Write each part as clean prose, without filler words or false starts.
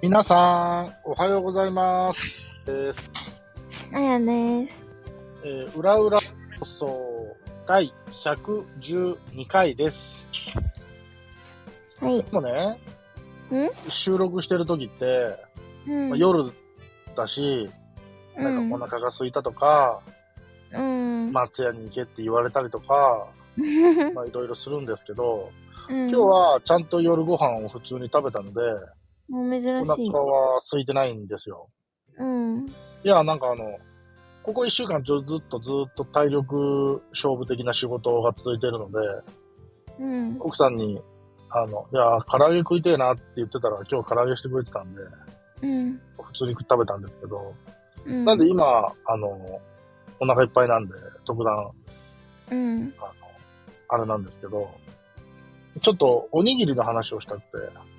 皆さん、おはようございます。 あやです。 うらうら放送第112回です。 はい。 もうね、収録してる時って、夜だし、なんかお腹が空いたとか、松屋に行けって言われたりとか、まあいろいろするんですけど、今日はちゃんと夜ご飯を普通に食べたので、 もう珍しい。 お腹は空いてないんですよ。いや、なんかここ1週間ずっと体力勝負的な仕事が続いてるので、奥さんに、いや、唐揚げ食いてえなって言ってたら今日唐揚げしてくれてたんで、普通に食べたんですけど、なんで今、お腹いっぱいなんで、特段、あれなんですけど、ちょっとおにぎりの話をしたくて、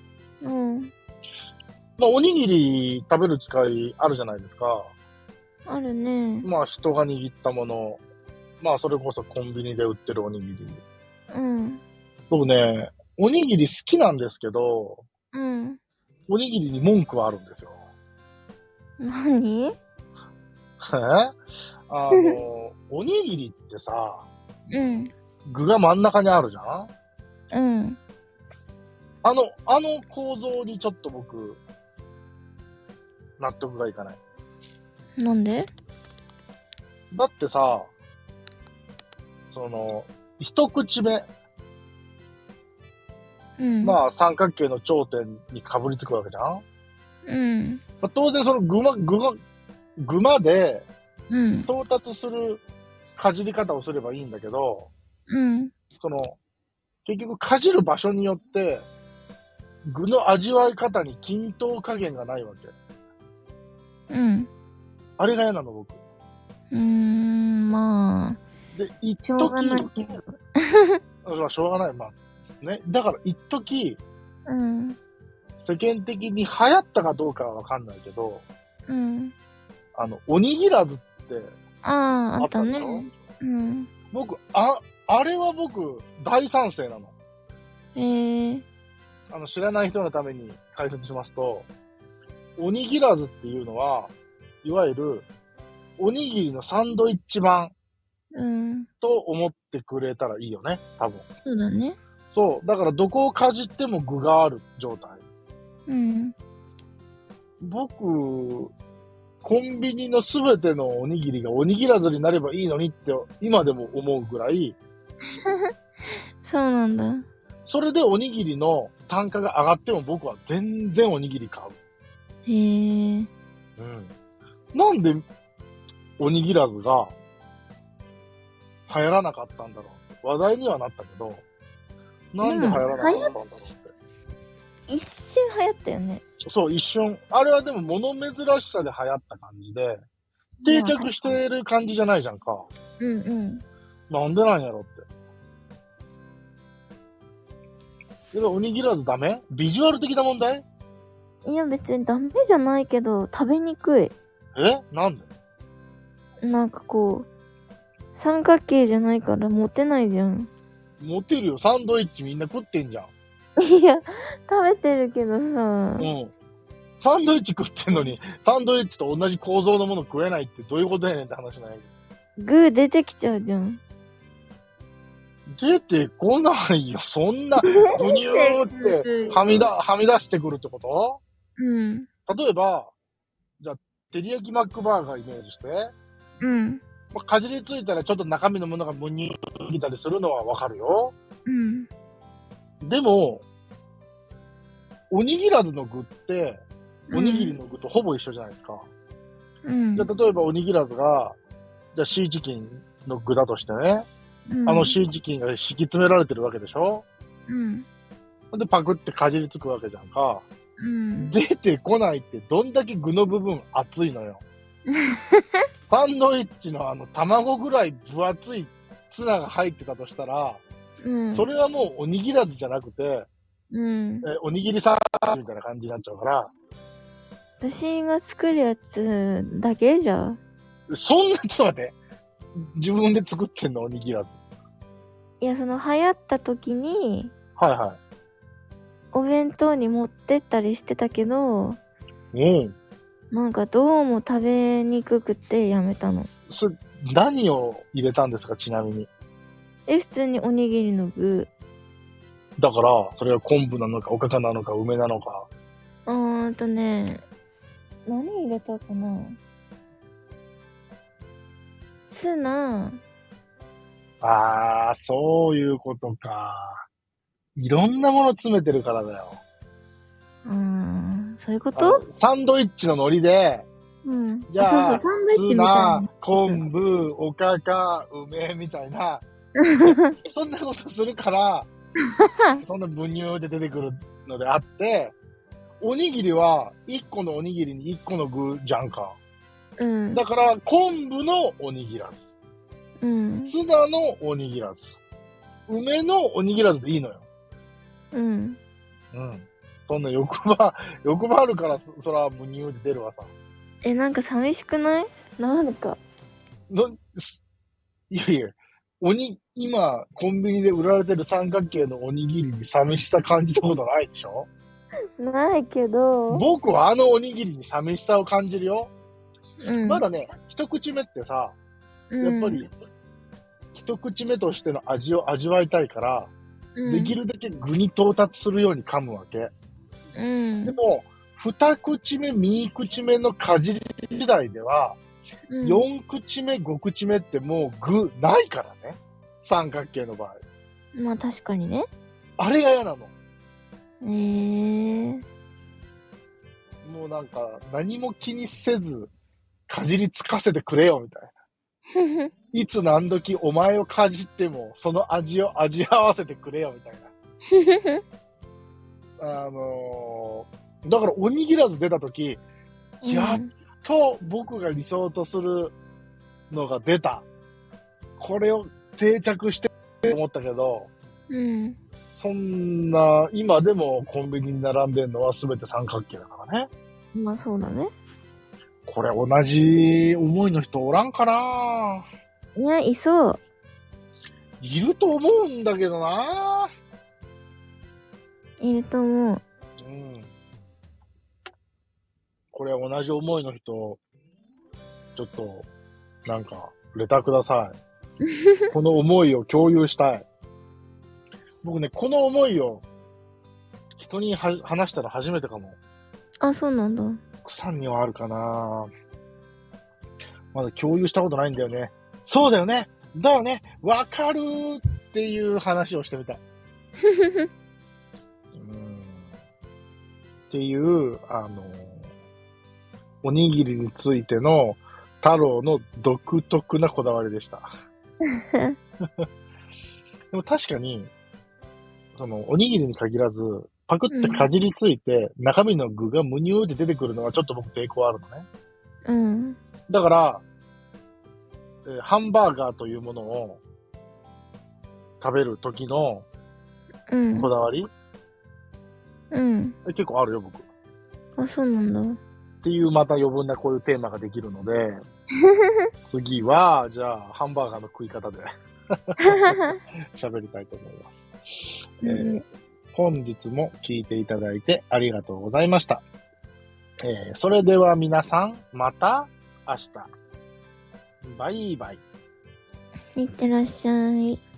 まあ、おにぎり食べる機会あるじゃないですか。 あるね。 まあ、人が握ったもの、まあ、それこそコンビニで売ってるおにぎり。僕ね、おにぎり好きなんですけど、おにぎりに文句はあるんですよ。 何？ おにぎりってさ、具が真ん中にあるじゃん？あの構造にちょっと僕、納得がいかない。 なんで？ だってさ、一口目、まあ三角形の頂点にかぶりつくわけじゃん？まあ、当然その具まで到達するかじり方をすればいいんだけど、結局かじる場所によって具の味わい方に均等加減がないわけ。あれが嫌なの、僕。 まあ。 で、 しょうがないけど。 まあ、しょうがない。まあ、ね。だから、一時、世間的に流行ったかどうかはわかんないけど、おにぎらずって、 あったね。 僕、あれは僕、大賛成なの。知らない人のために解説しますと、おにぎらずっていうのは、いわゆる、おにぎりのサンドイッチ版と思ってくれたらいいよね、多分。 そうだね。 そう。だからどこをかじっても具がある状態。僕、コンビニのすべてのおにぎりがおにぎらずになればいいのにって今でも思うぐらい。 そうなんだ。 それでおにぎりの単価が上がっても僕は全然おにぎり買う。なんでおにぎらずが流行らなかったんだろう。話題にはなったけど、なんで流行らなかったんだろうって。 一瞬流行ったよね。 そう、一瞬。あれはでも物珍しさで流行った感じで、定着してる感じじゃないじゃんか。なんでなんやろって。おにぎらずダメ？ビジュアル的な問題？ いや別にダメじゃないけど、食べにくい。 なんで？ なんかこう、三角形じゃないから持てないじゃん。 持てるよ。サンドイッチみんな食ってんじゃん。 いや、食べてるけどさ。 サンドイッチ食ってんのに、サンドイッチと同じ構造のもの食えないってどういうことやねんって話ない。 具出てきちゃうじゃん。 出てこないよ。そんな、ブニューってはみ出してくるってこと？例えば、じゃあ、照り焼きマックバーガーイメージして。かじりついたらちょっと中身のものがむにぎたりするのはわかるよ。でも、おにぎらずの具って、おにぎりの具とほぼ一緒じゃないですか。じゃあ、例えばおにぎらずが、じゃあシーチキンの具だとしてね、シーチキンが敷き詰められてるわけでしょ？で、パクってかじりつくわけじゃんか。出てこないってどんだけ具の部分厚いのよ。サンドイッチの卵ぐらい分厚いツナが入ってたとしたら、それはもうおにぎらずじゃなくて、おにぎりサンドイッチみたいな感じになっちゃうから。 私が作るやつだけじゃ。 そんな、ちょっと待って。自分で作ってんの、おにぎらず。 いや、流行った時に、 はいはい。 お弁当に持ってったりしてたけど、 うん。 なんかどうも食べにくくてやめたの。 それ、何を入れたんですか、ちなみに。 普通におにぎりの具。 だから、それは昆布なのか、おかかなのか、梅なのか。 何入れたかな。ツナ。 ああ、そういうことか。いろんなもの詰めてるからだよ。 そういうこと？ サンドイッチの海苔で、 うん。 じゃあ、 そうそう、サンドイッチみたいな。 昆布、おかか、梅みたいな、そんなことするから、そんなブニューって出てくるのであって、おにぎりは、1個のおにぎりに1個の具じゃんか。 うん。 だから、昆布のおにぎらず。 うん。 ツナのおにぎらず。梅のおにぎらずでいいのよ。 うん。 うん。そんな欲張あるから、そら、ブニューって出るわさ。 なんか寂しくない？なんか。 いやいや、今、コンビニで売られてる三角形のおにぎりに寂しさ感じたことないでしょ？ ないけど。 僕はあのおにぎりに寂しさを感じるよ。 うん。 まだね、一口目ってさ、やっぱり、一口目としての味を味わいたいから、できるだけ具に到達するように噛むわけ。 うん。 でも、二口目、三口目のかじり時代では、4口目、5口目ってもう具ないからね。三角形の場合。 まあ確かにね。 あれが嫌なの。もうなんか、何も気にせず、かじりつかせてくれよ、みたいな。いつ何時お前をかじっても、その味を味合わせてくれよ、みたいな。だからおにぎらず出たとき、やっと僕が理想とするのが出た。これを定着してと思ったけど、そんな、今でもコンビニに並んでるのは全て三角形だからね。 まあそうだね。 これ同じ思いの人おらんかな？ いや、いそう。 いると思うんだけどな。 いると思う。 これ同じ思いの人、ちょっと、なんか、レターください。この思いを共有したい。僕ね、この思いを人に話したら初めてかも。 あ、そうなんだ。 奥さんにはあるかな。まだ共有したことないんだよね。そうだよね。だよね。わかるっていう話をしてみたい。っていう、おにぎりについての太郎の独特なこだわりでした。でも確かに、その、おにぎりに限らず、パクってかじりついて、中身の具がむにゅーって出てくるのはちょっと僕抵抗あるのね。だから、ハンバーガーというものを食べる時のこだわり、結構あるよ、僕。 あ、そうなんだ。 っていうまた余分なこういうテーマができるので、次は、じゃあ、ハンバーガーの食い方で喋りたいと思います。本日も聞いていただいてありがとうございました。それでは皆さん、また明日。バイバイ。 いってらっしゃい。